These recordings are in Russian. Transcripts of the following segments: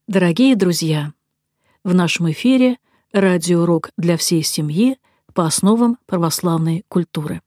Дорогие друзья, в нашем эфире радиоурок для всей семьи по основам православной культуры.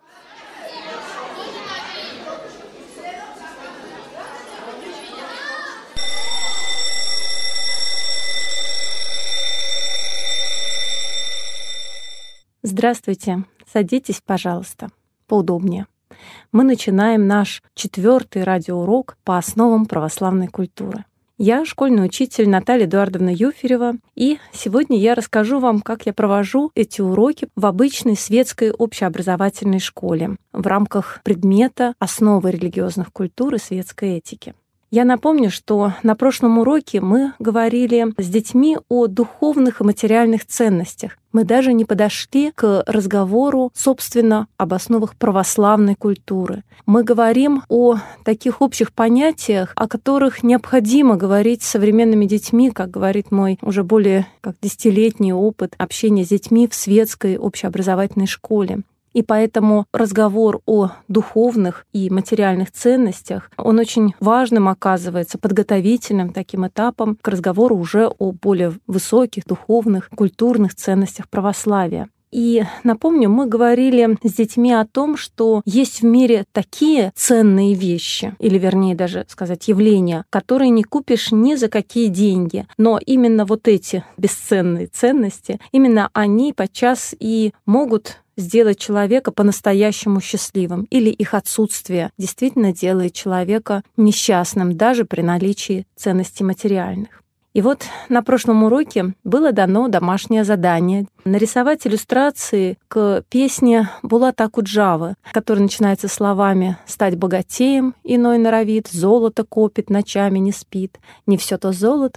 Здравствуйте, садитесь, пожалуйста, поудобнее. Мы начинаем наш 4-й радиоурок по основам православной культуры. Я школьный учитель Наталья Эдуардовна Юферева, и сегодня я расскажу вам, как я провожу эти уроки в обычной светской общеобразовательной школе в рамках предмета «Основы религиозных культур и светской этики». Я напомню, что на прошлом уроке мы говорили с детьми о духовных и материальных ценностях. Мы даже не подошли к разговору, собственно, об основах православной культуры. Мы говорим о таких общих понятиях, о которых необходимо говорить с современными детьми, как говорит мой уже более как 10-летний опыт общения с детьми в светской общеобразовательной школе. И поэтому разговор о духовных и материальных ценностях, он очень важным оказывается, подготовительным таким этапом к разговору уже о более высоких духовных, культурных ценностях православия. И напомню, мы говорили с детьми о том, что есть в мире такие ценные вещи, или вернее даже сказать явления, которые не купишь ни за какие деньги. Но именно вот эти бесценные ценности, именно они подчас и могут сделать человека по-настоящему счастливым, или их отсутствие действительно делает человека несчастным даже при наличии ценностей материальных. И вот на прошлом уроке было дано домашнее задание нарисовать иллюстрации к песне Булата Акуджавы, которая начинается словами «Стать богатеем иной норовит, золото копит, ночами не спит, не все то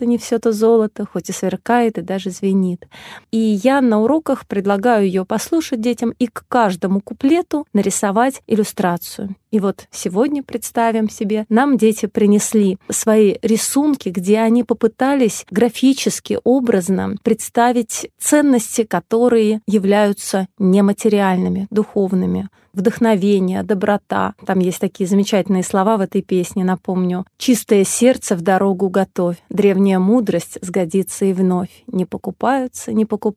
золото, хоть и сверкает и даже звенит». И я на уроках предлагаю ее послушать детям и к каждому куплету нарисовать иллюстрацию. И вот сегодня, представим себе, нам дети принесли свои рисунки, где они попытались графически, образно представить ценности, которые являются нематериальными, духовными. Вдохновение, доброта. Там есть такие замечательные слова в этой песне, напомню. «Чистое сердце в дорогу готовь, древняя мудрость сгодится и вновь. Не покупаются,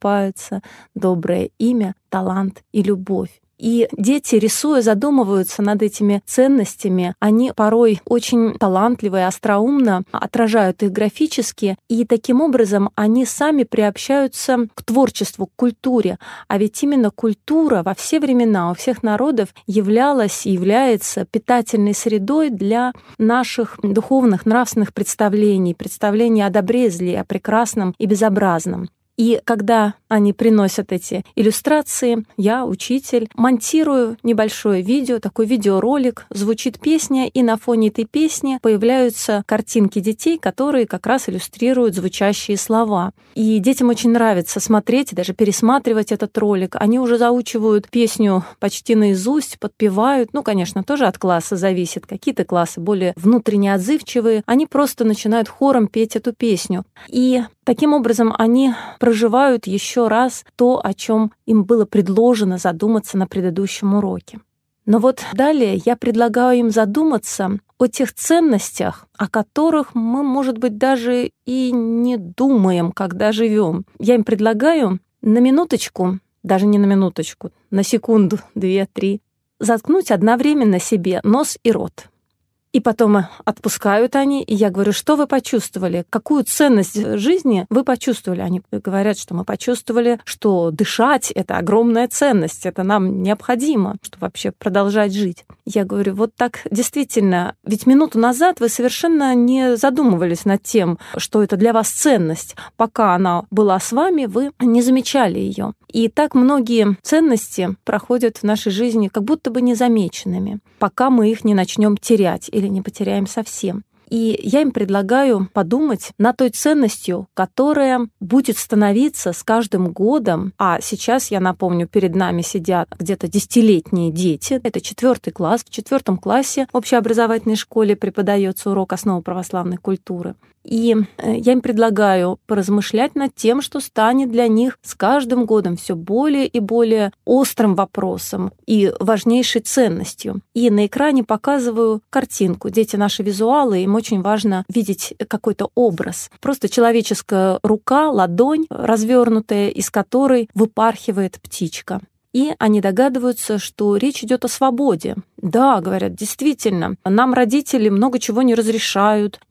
доброе имя, талант и любовь». И дети, рисуя, задумываются над этими ценностями. Они порой очень талантливо и остроумно отражают их графически, и таким образом они сами приобщаются к творчеству, к культуре. А ведь именно культура во все времена у всех народов являлась и является питательной средой для наших духовных, нравственных представлений о добре и зле, о прекрасном и безобразном. И когда они приносят эти иллюстрации, я, учитель, монтирую небольшое видео, такой видеоролик, звучит песня, и на фоне этой песни появляются картинки детей, которые как раз иллюстрируют звучащие слова. И детям очень нравится смотреть и даже пересматривать этот ролик. Они уже заучивают песню почти наизусть, подпевают. Конечно, тоже от класса зависит. Какие-то классы более внутренне отзывчивые. Они просто начинают хором петь эту песню. И таким образом они проживают еще раз то, о чем им было предложено задуматься на предыдущем уроке. Но вот далее я предлагаю им задуматься о тех ценностях, о которых мы, может быть, даже и не думаем, когда живем. Я им предлагаю на минуточку, даже не на минуточку, на секунду, 2-3, заткнуть одновременно себе нос и рот. И потом отпускают они, и я говорю, что вы почувствовали? Какую ценность жизни вы почувствовали? Они говорят, что мы почувствовали, что дышать — это огромная ценность, это нам необходимо, чтобы вообще продолжать жить. Я говорю, вот так действительно, ведь минуту назад вы совершенно не задумывались над тем, что это для вас ценность. Пока она была с вами, вы не замечали ее. И так многие ценности проходят в нашей жизни как будто бы незамеченными, пока мы их не начнем терять или не потеряем совсем. И я им предлагаю подумать над той ценностью, которая будет становиться с каждым годом. А сейчас, я напомню, перед нами сидят где-то 10-летние дети. Это 4 класс. В 4 классе в общеобразовательной школе преподается урок «Основы православной культуры». И я им предлагаю поразмышлять над тем, что станет для них с каждым годом все более и более острым вопросом и важнейшей ценностью. И на экране показываю картинку. Дети наши визуалы, им очень важно видеть какой-то образ. Просто человеческая рука, ладонь развернутая, из которой выпархивает птичка. И они догадываются, что речь идет о свободе. Да, говорят, действительно, нам родители много чего не разрешают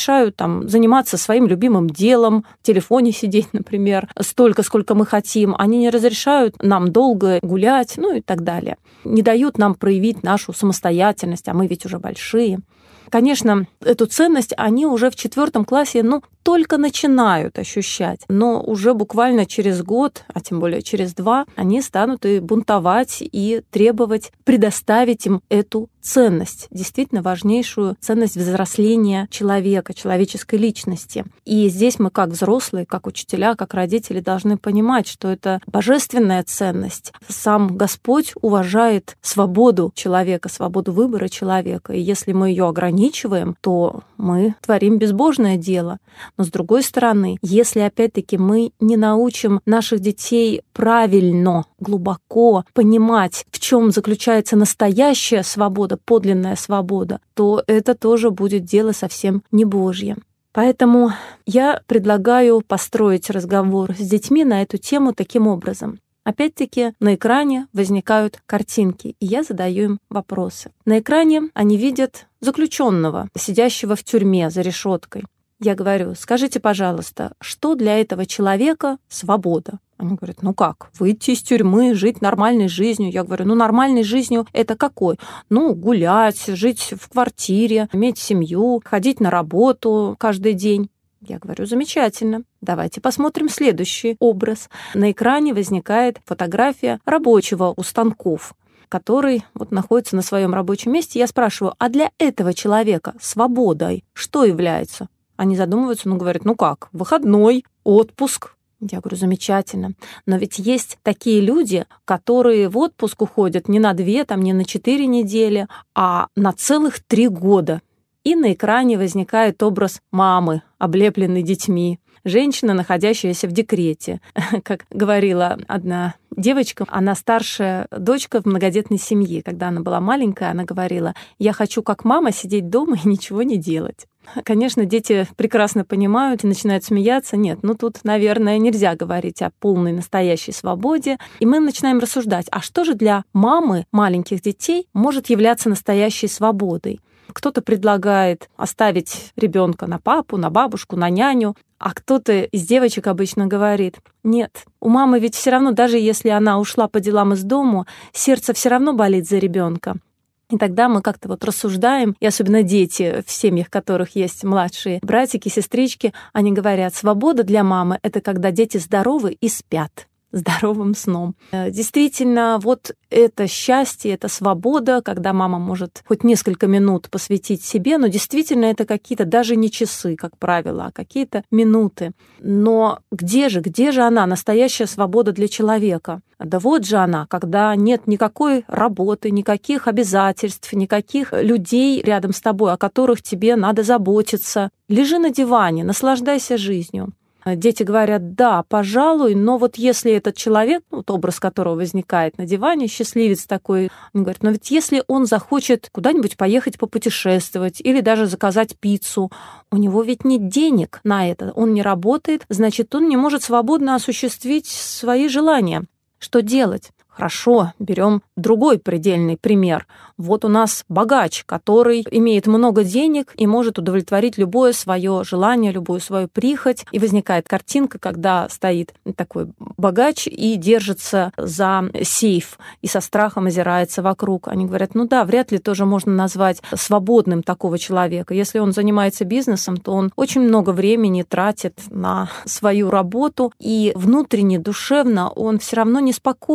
там заниматься своим любимым делом, в телефоне сидеть, например, столько, сколько мы хотим. Они не разрешают нам долго гулять, и так далее. Не дают нам проявить нашу самостоятельность, а мы ведь уже большие. Конечно, эту ценность они уже в 4 классе, только начинают ощущать, но уже буквально через год, а тем более через 2, они станут и бунтовать, и требовать предоставить им эту ценность, действительно важнейшую ценность взросления человека, человеческой личности. И здесь мы, как взрослые, как учителя, как родители, должны понимать, что это божественная ценность. Сам Господь уважает свободу человека, свободу выбора человека. И если мы ее ограничиваем, то мы творим безбожное дело. Но с другой стороны, если опять-таки мы не научим наших детей правильно, глубоко понимать, в чем заключается настоящая свобода, подлинная свобода, то это тоже будет дело совсем не Божье. Поэтому я предлагаю построить разговор с детьми на эту тему таким образом. Опять-таки на экране возникают картинки, и я задаю им вопросы. На экране они видят заключенного, сидящего в тюрьме за решеткой. Я говорю: скажите, пожалуйста, что для этого человека свобода? Они говорят: как? Выйти из тюрьмы, жить нормальной жизнью. Я говорю: нормальной жизнью это какой? Гулять, жить в квартире, иметь семью, ходить на работу каждый день. Я говорю: замечательно. Давайте посмотрим следующий образ. На экране возникает фотография рабочего у станков, который находится на своем рабочем месте. Я спрашиваю: а для этого человека свободой что является? Они задумываются, говорят: как? Выходной, отпуск. Я говорю: замечательно. Но ведь есть такие люди, которые в отпуск уходят не на 2, не на 4 недели, а на целых 3 года. И на экране возникает образ мамы, облепленной детьми, женщина, находящаяся в декрете. Как говорила одна девочка, она старшая дочка в многодетной семье. Когда она была маленькая, она говорила: я хочу как мама сидеть дома и ничего не делать. Конечно, дети прекрасно понимают и начинают смеяться. Нет, тут, наверное, нельзя говорить о полной настоящей свободе. И мы начинаем рассуждать, а что же для мамы маленьких детей может являться настоящей свободой? Кто-то предлагает оставить ребенка на папу, на бабушку, на няню, а кто-то из девочек обычно говорит: нет, у мамы ведь все равно, даже если она ушла по делам из дому, сердце все равно болит за ребенка. И тогда мы как-то рассуждаем, и особенно дети, в семьях, в которых есть младшие братики, сестрички, они говорят: свобода для мамы — это когда дети здоровы и спят здоровым сном. Действительно, это счастье, это свобода, когда мама может хоть несколько минут посвятить себе, но действительно это какие-то даже не часы, как правило, а какие-то минуты. Но где же она, настоящая свобода для человека? Да вот же она, когда нет никакой работы, никаких обязательств, никаких людей рядом с тобой, о которых тебе надо заботиться. Лежи на диване, наслаждайся жизнью. Дети говорят: да, пожалуй, но если этот человек, образ которого возникает на диване, счастливец такой, он говорит: но ведь если он захочет куда-нибудь поехать попутешествовать или даже заказать пиццу, у него ведь нет денег на это, он не работает, значит, он не может свободно осуществить свои желания. Что делать? Хорошо, берем другой предельный пример. У нас богач, который имеет много денег и может удовлетворить любое свое желание, любую свою прихоть. И возникает картинка, когда стоит такой богач и держится за сейф и со страхом озирается вокруг. Они говорят: да, вряд ли тоже можно назвать свободным такого человека. Если он занимается бизнесом, то он очень много времени тратит на свою работу, и внутренне, душевно он все равно неспокоен,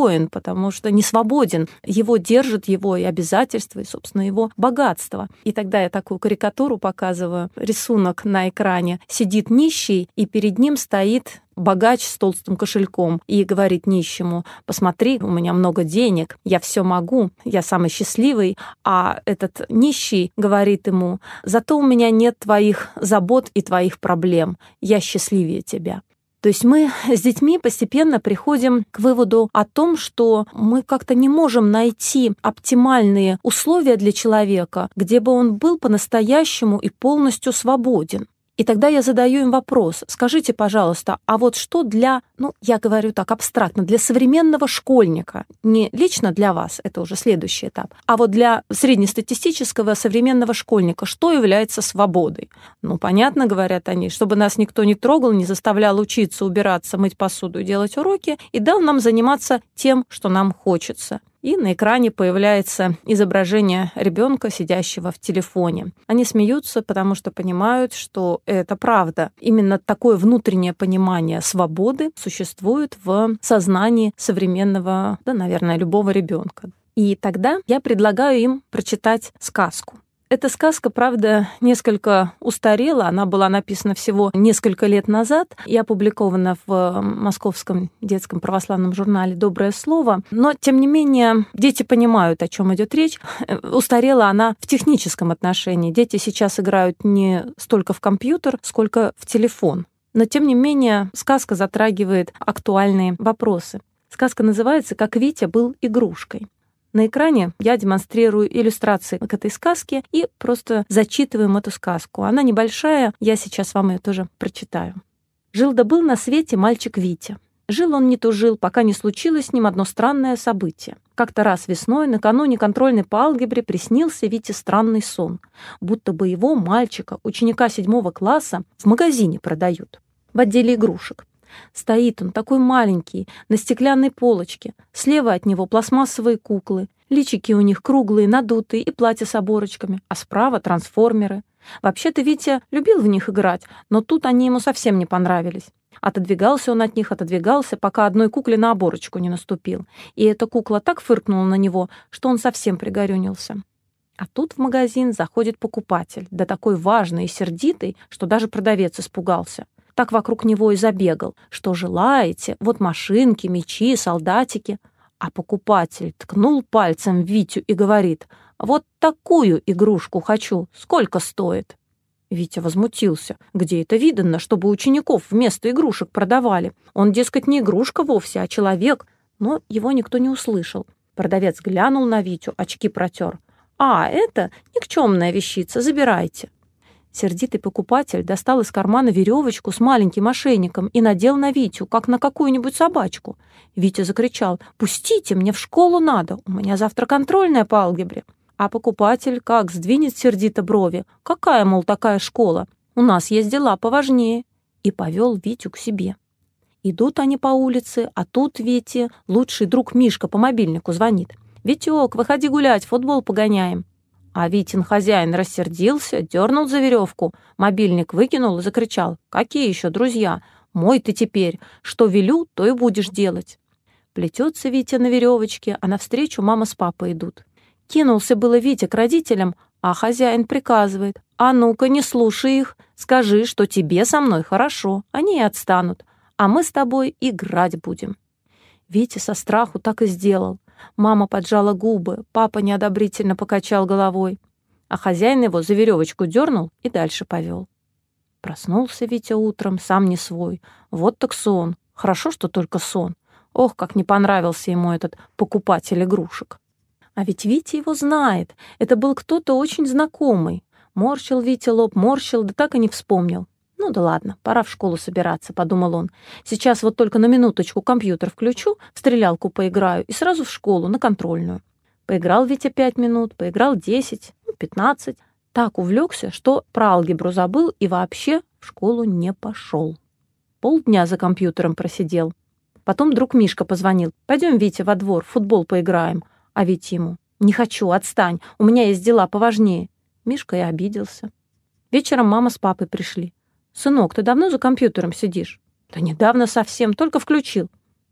потому что не свободен. Его держит его и обязательства, и, собственно, его богатство. И тогда я такую карикатуру показываю. Рисунок на экране. Сидит нищий, и перед ним стоит богач с толстым кошельком и говорит нищему: посмотри, у меня много денег, я все могу, я самый счастливый. А этот нищий говорит ему: зато у меня нет твоих забот и твоих проблем, я счастливее тебя. То есть мы с детьми постепенно приходим к выводу о том, что мы как-то не можем найти оптимальные условия для человека, где бы он был по-настоящему и полностью свободен. И тогда я задаю им вопрос: скажите, пожалуйста, а вот что для, я говорю так абстрактно, для современного школьника, не лично для вас, это уже следующий этап, а вот для среднестатистического современного школьника, что является свободой? Понятно, говорят они, чтобы нас никто не трогал, не заставлял учиться, убираться, мыть посуду и делать уроки, и дал нам заниматься тем, что нам хочется. И на экране появляется изображение ребенка, сидящего в телефоне. Они смеются, потому что понимают, что это правда. Именно такое внутреннее понимание свободы существует в сознании современного, наверное, любого ребенка. И тогда я предлагаю им прочитать сказку. Эта сказка, правда, несколько устарела. Она была написана всего несколько лет назад и опубликована в московском детском православном журнале «Доброе слово». Но, тем не менее, дети понимают, о чем идет речь. Устарела она в техническом отношении. Дети сейчас играют не столько в компьютер, сколько в телефон. Но, тем не менее, сказка затрагивает актуальные вопросы. Сказка называется «Как Витя был игрушкой». На экране я демонстрирую иллюстрации к этой сказке и просто зачитываем эту сказку. Она небольшая, я сейчас вам ее тоже прочитаю. Жил да был на свете мальчик Витя. Жил он не тужил, пока не случилось с ним одно странное событие. Как-то раз весной, накануне контрольной по алгебре, приснился Вите странный сон, будто бы его, мальчика, ученика 7 класса, в магазине продают, в отделе игрушек. Стоит он такой маленький, на стеклянной полочке. Слева от него пластмассовые куклы. Личики у них круглые, надутые и платья с оборочками, а справа трансформеры. Вообще-то Витя любил в них играть, но тут они ему совсем не понравились. Отодвигался он от них, пока одной кукле на оборочку не наступил. И эта кукла так фыркнула на него, что он совсем пригорюнился. А тут в магазин заходит покупатель, да такой важный и сердитый, что даже продавец испугался. Так вокруг него и забегал. Что желаете? Вот машинки, мечи, солдатики. А покупатель ткнул пальцем в Витю и говорит: вот такую игрушку хочу. Сколько стоит? Витя возмутился. Где это видано, чтобы учеников вместо игрушек продавали? Он, дескать, не игрушка вовсе, а человек. Но его никто не услышал. Продавец глянул на Витю, очки протер. А, это никчемная вещица, забирайте. Сердитый покупатель достал из кармана веревочку с маленьким ошейником и надел на Витю, как на какую-нибудь собачку. Витя закричал: «Пустите, мне в школу надо, у меня завтра контрольная по алгебре». А покупатель как сдвинет сердито брови: «Какая, мол, такая школа? У нас есть дела поважнее». И повел Витю к себе. Идут они по улице, а тут Вите лучший друг Мишка по мобильнику звонит: «Витек, выходи гулять, футбол погоняем». А Витин хозяин рассердился, дернул за веревку, мобильник выкинул и закричал: «Какие еще друзья? Мой ты теперь. Что велю, то и будешь делать». Плетется Витя на веревочке, а навстречу мама с папой идут. Кинулся было Витя к родителям, а хозяин приказывает: «А ну-ка, не слушай их, скажи, что тебе со мной хорошо, они и отстанут, а мы с тобой играть будем». Витя со страху так и сделал. Мама поджала губы, папа неодобрительно покачал головой, а хозяин его за веревочку дернул и дальше повел. Проснулся Витя утром, сам не свой. Вот так сон. Хорошо, что только сон. Ох, как не понравился ему этот покупатель игрушек. А ведь Витя его знает. Это был кто-то очень знакомый. Морщил Витя лоб, морщил, да так и не вспомнил. «Ну да ладно, пора в школу собираться», — подумал он. «Сейчас вот только на минуточку компьютер включу, в стрелялку поиграю и сразу в школу, на контрольную». Поиграл Витя 5 минут, поиграл 10, 15. Так увлекся, что про алгебру забыл и вообще в школу не пошел. Полдня за компьютером просидел. Потом друг Мишка позвонил: «Пойдем, Витя, во двор, в футбол поиграем». А Витя ему: «Не хочу, отстань, у меня есть дела поважнее». Мишка и обиделся. Вечером мама с папой пришли. «Сынок, ты давно за компьютером сидишь?» «Да недавно совсем, только включил».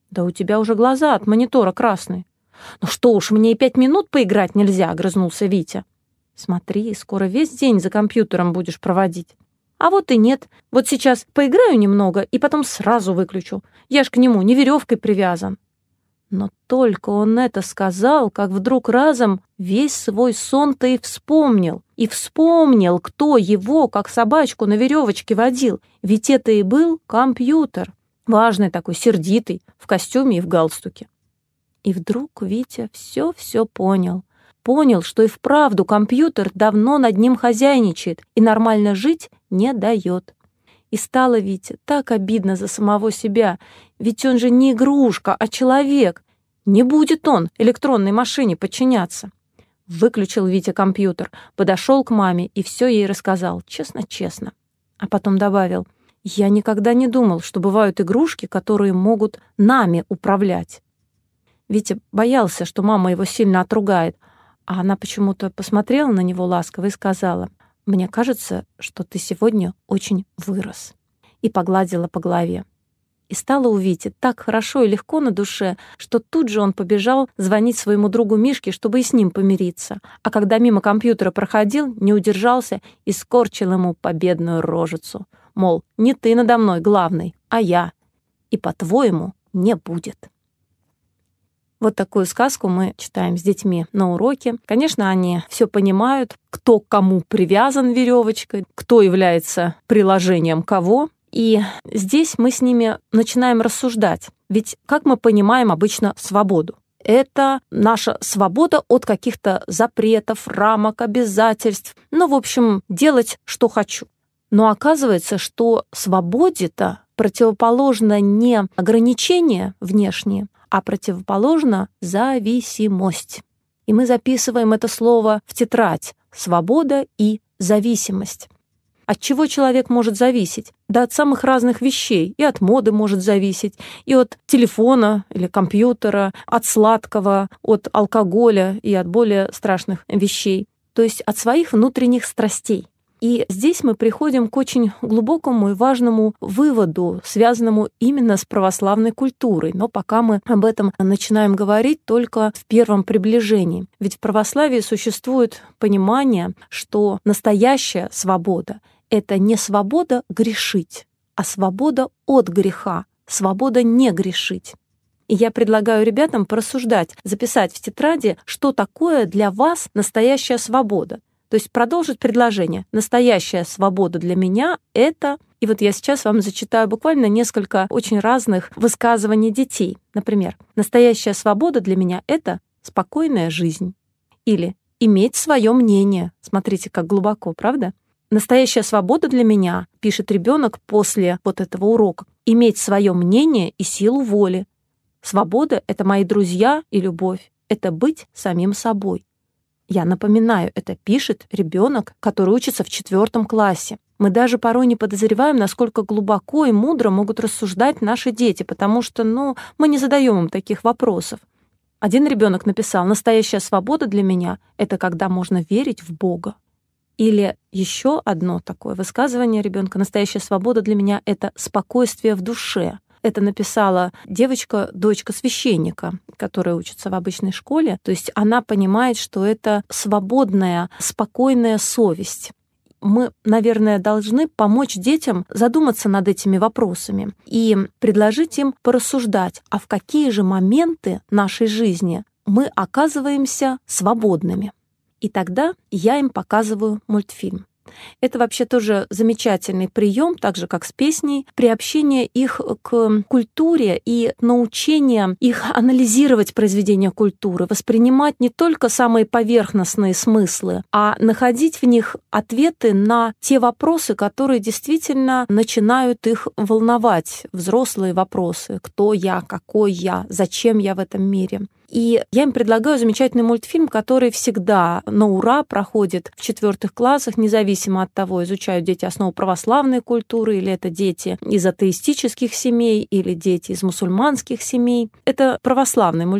Да у тебя уже глаза от монитора красные. Ну что уж, мне и 5 минут поиграть нельзя, огрызнулся Витя. Смотри, скоро весь день за компьютером будешь проводить. А вот и нет. Вот сейчас поиграю немного и потом сразу выключу. Я ж к нему не веревкой привязан. Но только он это сказал, как вдруг разом весь свой сон-то и вспомнил. И вспомнил, кто его, как собачку, на веревочке водил. Ведь это и был компьютер. Важный такой, сердитый, в костюме и в галстуке. И вдруг Витя все понял. Понял, что и вправду компьютер давно над ним хозяйничает и нормально жить не дает. И стало Вите так обидно за самого себя, ведь он же не игрушка, а человек. Не будет он электронной машине подчиняться. Выключил Витя компьютер, подошел к маме и все ей рассказал, честно-честно. А потом добавил: «Я никогда не думал, что бывают игрушки, которые могут нами управлять». Витя боялся, что мама его сильно отругает, а она почему-то посмотрела на него ласково и сказала: «Мне кажется, что ты сегодня очень вырос», и погладила по голове. И стало у Вити так хорошо и легко на душе, что тут же он побежал звонить своему другу Мишке, чтобы и с ним помириться. А когда мимо компьютера проходил, не удержался и скорчил ему победную рожицу. Мол, не ты надо мной главный, а я. И, по-твоему, не будет. Вот такую сказку мы читаем с детьми на уроке. Конечно, они все понимают, кто к кому привязан веревочкой, кто является приложением кого. И здесь мы с ними начинаем рассуждать. Ведь как мы понимаем обычно свободу? Это наша свобода от каких-то запретов, рамок, обязательств. Ну, в общем, делать, что хочу. Но оказывается, что свободе-то противоположно не ограничение внешнее, а противоположно зависимость. И мы записываем это слово в тетрадь: свобода и зависимость. От чего человек может зависеть? Да от самых разных вещей. И от моды может зависеть, и от телефона или компьютера, от сладкого, от алкоголя и от более страшных вещей. То есть от своих внутренних страстей. И здесь мы приходим к очень глубокому и важному выводу, связанному именно с православной культурой. Но пока мы об этом начинаем говорить только в первом приближении. Ведь в православии существует понимание, что настоящая свобода — это не свобода грешить, а свобода от греха, свобода не грешить. И я предлагаю ребятам порассуждать, записать в тетради, что такое для вас настоящая свобода. То есть продолжить предложение. Настоящая свобода для меня — это... И вот я сейчас вам зачитаю буквально несколько очень разных высказываний детей. Например, настоящая свобода для меня — это спокойная жизнь. Или иметь свое мнение. Смотрите, как глубоко, правда? Настоящая свобода для меня, пишет ребенок после вот этого урока, иметь свое мнение и силу воли. Свобода — это мои друзья и любовь. Это быть самим собой. Я напоминаю, это пишет ребенок, который учится в 4 классе. Мы даже порой не подозреваем, насколько глубоко и мудро могут рассуждать наши дети, потому что, мы не задаем им таких вопросов. Один ребенок написал: «Настоящая свобода для меня — это когда можно верить в Бога». Или еще одно такое высказывание ребенка: «Настоящая свобода для меня — это спокойствие в душе». Это написала девочка, дочка священника, которая учится в обычной школе. То есть она понимает, что это свободная, спокойная совесть. Мы, наверное, должны помочь детям задуматься над этими вопросами и предложить им порассуждать, а в какие же моменты нашей жизни мы оказываемся свободными. И тогда я им показываю мультфильм. Это вообще тоже замечательный прием, так же, как с песней, приобщение их к культуре и научение их анализировать произведения культуры, воспринимать не только самые поверхностные смыслы, а находить в них ответы на те вопросы, которые действительно начинают их волновать, взрослые вопросы: кто я, какой я, зачем я в этом мире. И я им предлагаю замечательный мультфильм, который всегда на ура проходит в 4 классах, независимо от того, изучают дети основу православной культуры, или это дети из атеистических семей, или дети из мусульманских семей. Это православный мультфильм,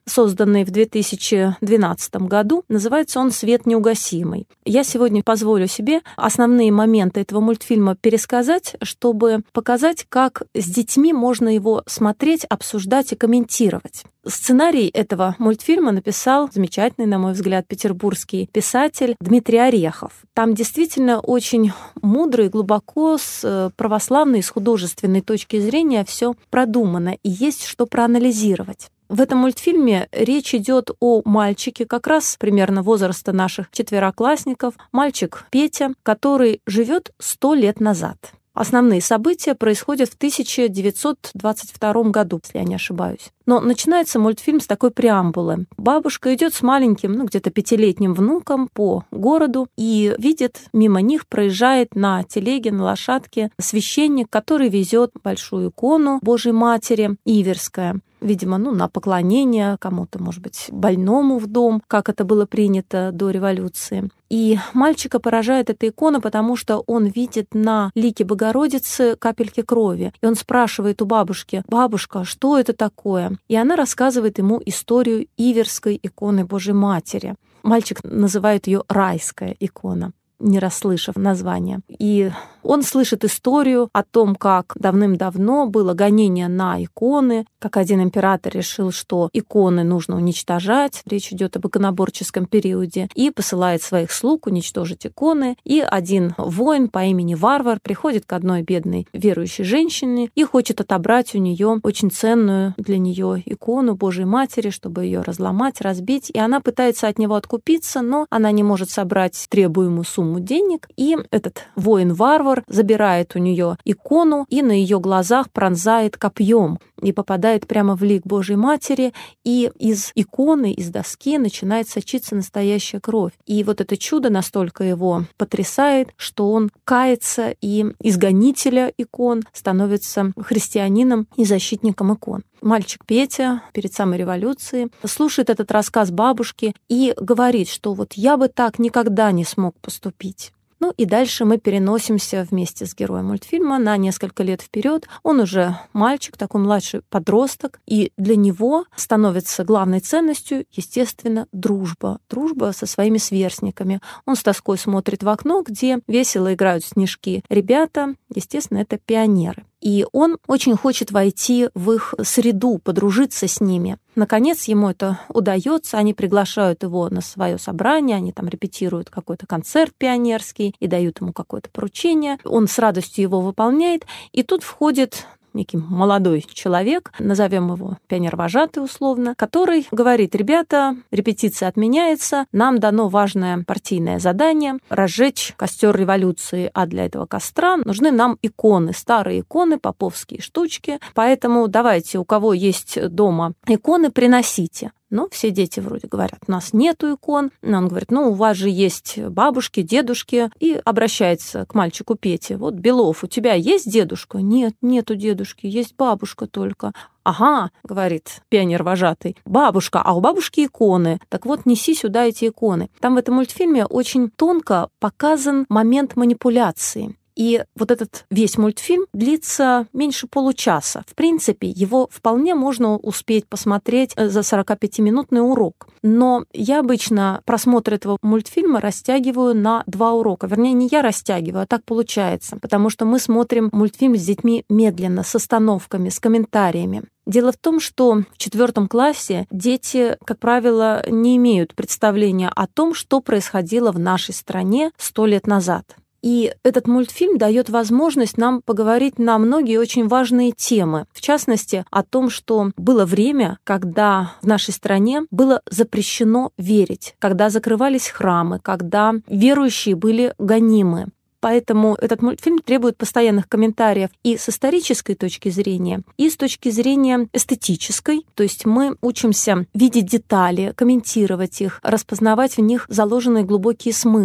созданный в 2012 году. Называется он «Свет неугасимый». Я сегодня позволю себе основные моменты этого мультфильма пересказать, чтобы показать, как с детьми можно его смотреть, обсуждать и комментировать. Сценарий этого мультфильма написал замечательный, на мой взгляд, петербургский писатель Дмитрий Орехов. Там действительно очень мудро и глубоко с православной, с художественной точки зрения все продумано, и есть что проанализировать. В этом мультфильме речь идет о мальчике как раз примерно возраста наших четвероклассников, мальчик Петя, который живет 100 лет назад. Основные события происходят в 1922 году, если я не ошибаюсь. Но начинается мультфильм с такой преамбулы. Бабушка идет с маленьким, где-то 5-летним внуком по городу и видит, мимо них проезжает на телеге, на лошадке священник, который везет большую икону Божьей Матери, Иверская. Видимо, на поклонение кому-то, может быть, больному в дом, как это было принято до революции. И мальчика поражает эта икона, потому что он видит на лике Богородицы капельки крови. И он спрашивает у бабушки: «Бабушка, что это такое?» И она рассказывает ему историю Иверской иконы Божьей Матери. Мальчик называет ее «райская икона», не расслышав название. И он слышит историю о том, как давным-давно было гонение на иконы, как один император решил, что иконы нужно уничтожать, речь идет об иконоборческом периоде, и посылает своих слуг уничтожить иконы. И один воин по имени Варвар приходит к одной бедной верующей женщине и хочет отобрать у нее очень ценную для нее икону Божьей Матери, чтобы ее разломать, разбить. И она пытается от него откупиться, но она не может собрать требуемую сумму денег. И этот воин-варвар забирает у нее икону и на ее глазах пронзает копьем и попадает прямо в лик Божьей Матери, и из иконы, из доски начинает сочиться настоящая кровь. И вот это чудо настолько его потрясает, что он кается, и из гонителя икон становится христианином и защитником икон. Мальчик Петя перед самой революцией слушает этот рассказ бабушки и говорит, что вот я бы так никогда не смог поступить. И дальше мы переносимся вместе с героем мультфильма на несколько лет вперед. Он уже мальчик, такой младший подросток, и для него становится главной ценностью, естественно, дружба. Дружба со своими сверстниками. Он с тоской смотрит в окно, где весело играют в снежки ребята, естественно, это пионеры. И он очень хочет войти в их среду, подружиться с ними. Наконец, ему это удается, они приглашают его на свое собрание, они там репетируют какой-то концерт пионерский и дают ему какое-то поручение. Он с радостью его выполняет, и тут входит некий молодой человек, назовем его пионер-вожатый условно, который говорит: ребята, репетиция отменяется, нам дано важное партийное задание — разжечь костер революции, а для этого костра нужны нам иконы, старые иконы, поповские штучки, поэтому давайте, у кого есть дома иконы, приносите. Но все дети вроде говорят: у нас нету икон. Но он говорит: у вас же есть бабушки, дедушки. И обращается к мальчику Пете: вот, Белов, у тебя есть дедушка? Нет, нету дедушки, есть бабушка только. Ага, говорит пионер-вожатый, бабушка, а у бабушки иконы. Так вот, неси сюда эти иконы. Там в этом мультфильме очень тонко показан момент манипуляции. И вот этот весь мультфильм длится меньше получаса. В принципе, его вполне можно успеть посмотреть за 45-минутный урок. Но я обычно просмотр этого мультфильма растягиваю на 2 урока. Вернее, не я растягиваю, а так получается. Потому что мы смотрим мультфильм с детьми медленно, с остановками, с комментариями. Дело в том, что в 4 классе дети, как правило, не имеют представления о том, что происходило в нашей стране 100 лет назад. И этот мультфильм дает возможность нам поговорить на многие очень важные темы. В частности, о том, что было время, когда в нашей стране было запрещено верить, когда закрывались храмы, когда верующие были гонимы. Поэтому этот мультфильм требует постоянных комментариев и с исторической точки зрения, и с точки зрения эстетической. То есть мы учимся видеть детали, комментировать их, распознавать в них заложенные глубокие смыслы.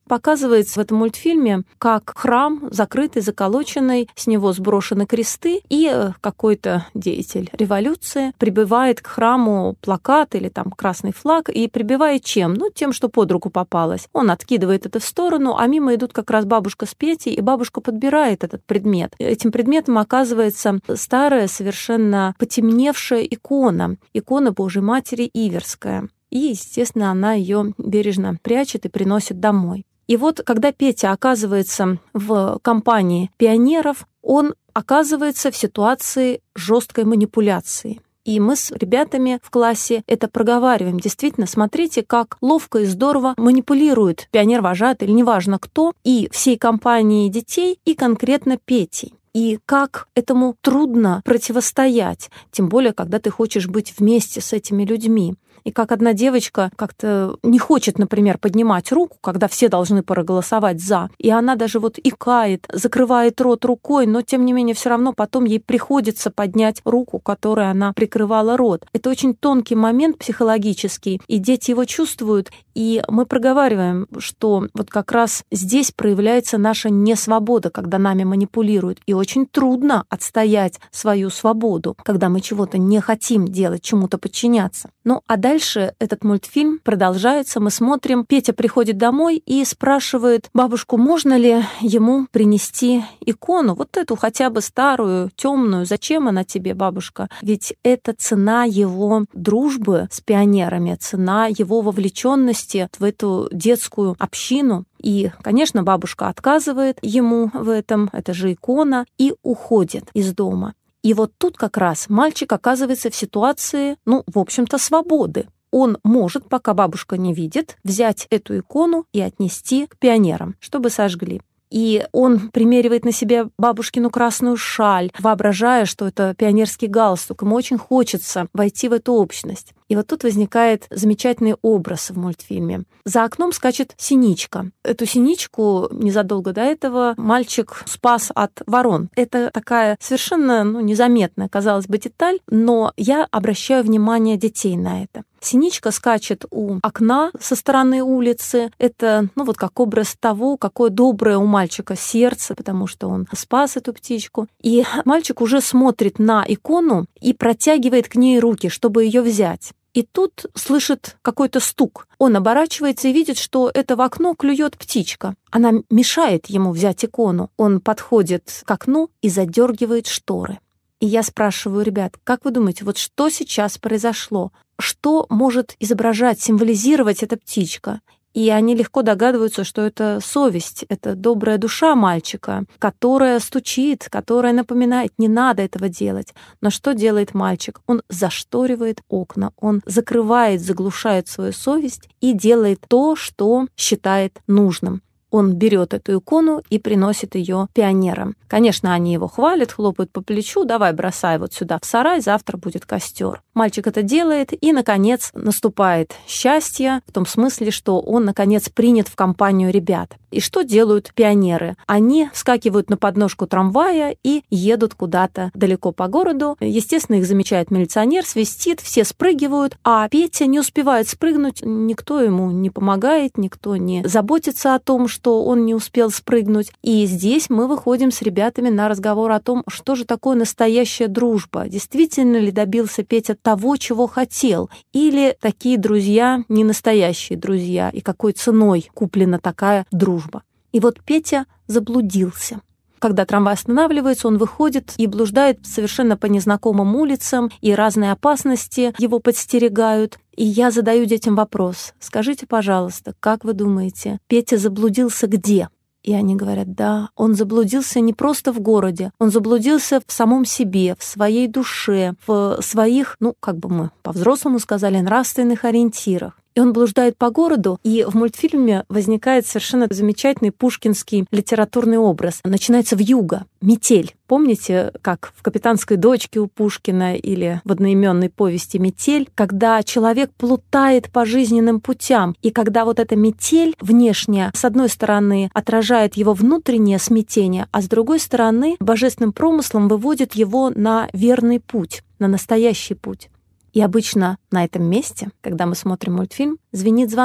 Показывается в этом мультфильме, как храм закрытый, заколоченный, с него сброшены кресты, и какой-то деятель революции прибивает к храму плакат или там красный флаг, и прибивает чем? Тем, что под руку попалось. Он откидывает это в сторону, а мимо идут как раз бабушка с Петей, и бабушка подбирает этот предмет. Этим предметом оказывается старая, совершенно потемневшая икона Божьей Матери Иверская. И, естественно, она ее бережно прячет и приносит домой. И вот, когда Петя оказывается в компании пионеров, он оказывается в ситуации жесткой манипуляции. И мы с ребятами в классе это проговариваем. Действительно, смотрите, как ловко и здорово манипулирует пионер-вожатый или неважно кто, и всей компанией детей, и конкретно Петей. И как этому трудно противостоять, тем более, когда ты хочешь быть вместе с этими людьми. И как одна девочка как-то не хочет, например, поднимать руку, когда все должны проголосовать «за», и она даже икает, закрывает рот рукой, но, тем не менее, все равно потом ей приходится поднять руку, которой она прикрывала рот. Это очень тонкий момент психологический, и дети его чувствуют, и мы проговариваем, что как раз здесь проявляется наша несвобода, когда нами манипулируют, и очень трудно отстоять свою свободу, когда мы чего-то не хотим делать, чему-то подчиняться. А дальше этот мультфильм продолжается. Мы смотрим, Петя приходит домой и спрашивает бабушку, можно ли ему принести икону, эту хотя бы старую, темную. Зачем она тебе, бабушка? Ведь это цена его дружбы с пионерами, цена его вовлеченности в эту детскую общину. И, конечно, бабушка отказывает ему в этом, это же икона, и уходит из дома. И тут как раз мальчик оказывается в ситуации, в общем-то, свободы. Он может, пока бабушка не видит, взять эту икону и отнести к пионерам, чтобы сожгли. И он примеривает на себя бабушкину красную шаль, воображая, что это пионерский галстук. Ему очень хочется войти в эту общность. И тут возникает замечательный образ в мультфильме. За окном скачет синичка. Эту синичку незадолго до этого мальчик спас от ворон. Это такая совершенно незаметная, казалось бы, деталь, но я обращаю внимание детей на это. Синичка скачет у окна со стороны улицы. Это, как образ того, какое доброе у мальчика сердце, потому что он спас эту птичку. И мальчик уже смотрит на икону и протягивает к ней руки, чтобы ее взять. И тут слышит какой-то стук. Он оборачивается и видит, что это в окно клюет птичка. Она мешает ему взять икону. Он подходит к окну и задергивает шторы. И я спрашиваю ребят, как вы думаете, что сейчас произошло? Что может изображать, символизировать эта птичка? И они легко догадываются, что это совесть, это добрая душа мальчика, которая стучит, которая напоминает, не надо этого делать. Но что делает мальчик? Он зашторивает окна, он закрывает, заглушает свою совесть и делает то, что считает нужным. Он берет эту икону и приносит ее пионерам. Конечно, они его хвалят, хлопают по плечу, давай бросай сюда в сарай, завтра будет костер. Мальчик это делает, и, наконец, наступает счастье, в том смысле, что он, наконец, принят в компанию ребят. И что делают пионеры? Они вскакивают на подножку трамвая и едут куда-то далеко по городу. Естественно, их замечает милиционер, свистит, все спрыгивают, а Петя не успевает спрыгнуть, никто ему не помогает, никто не заботится о том, что он не успел спрыгнуть. И здесь мы выходим с ребятами на разговор о том, что же такое настоящая дружба. Действительно ли добился Петя того, чего хотел? Или такие друзья не настоящие друзья? И какой ценой куплена такая дружба? И Петя заблудился. Когда трамвай останавливается, он выходит и блуждает совершенно по незнакомым улицам, и разные опасности его подстерегают. И я задаю детям вопрос. Скажите, пожалуйста, как вы думаете, Петя заблудился где? И они говорят, да, он заблудился не просто в городе, он заблудился в самом себе, в своей душе, в своих, как бы мы по-взрослому сказали, нравственных ориентирах. И он блуждает по городу, и в мультфильме возникает совершенно замечательный пушкинский литературный образ. Начинается вьюга, метель. Помните, как в «Капитанской дочке» у Пушкина или в одноименной повести «Метель», когда человек плутает по жизненным путям, и когда эта метель внешняя, с одной стороны, отражает его внутреннее смятение, а с другой стороны, божественным промыслом выводит его на верный путь, на настоящий путь. И обычно на этом месте, когда мы смотрим мультфильм, звенит звонок.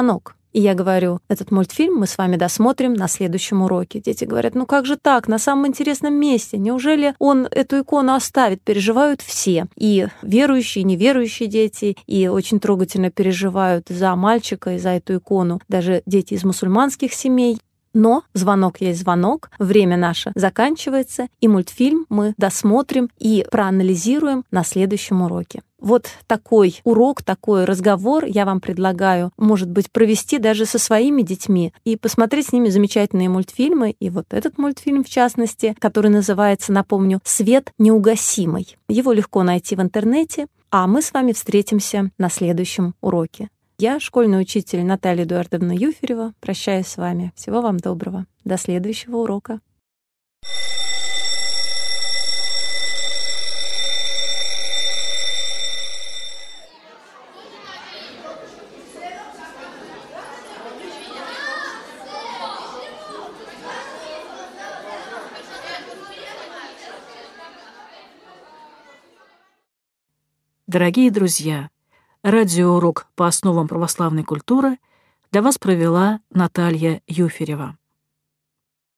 И я говорю, этот мультфильм мы с вами досмотрим на следующем уроке. Дети говорят, ну как же так, на самом интересном месте? Неужели он эту икону оставит? Переживают все. И верующие, и неверующие дети, и очень трогательно переживают за мальчика и за эту икону. Даже дети из мусульманских семей. Но звонок есть звонок, время наше заканчивается, и мультфильм мы досмотрим и проанализируем на следующем уроке. Вот такой урок, такой разговор я вам предлагаю, может быть, провести даже со своими детьми и посмотреть с ними замечательные мультфильмы. И вот этот мультфильм, в частности, который называется, напомню, «Свет неугасимый». Его легко найти в интернете, а мы с вами встретимся на следующем уроке. Я, школьный учитель Наталья Эдуардовна Юферева, прощаюсь с вами. Всего вам доброго. До следующего урока. Дорогие друзья, радиоурок по основам православной культуры для вас провела Наталья Юферева.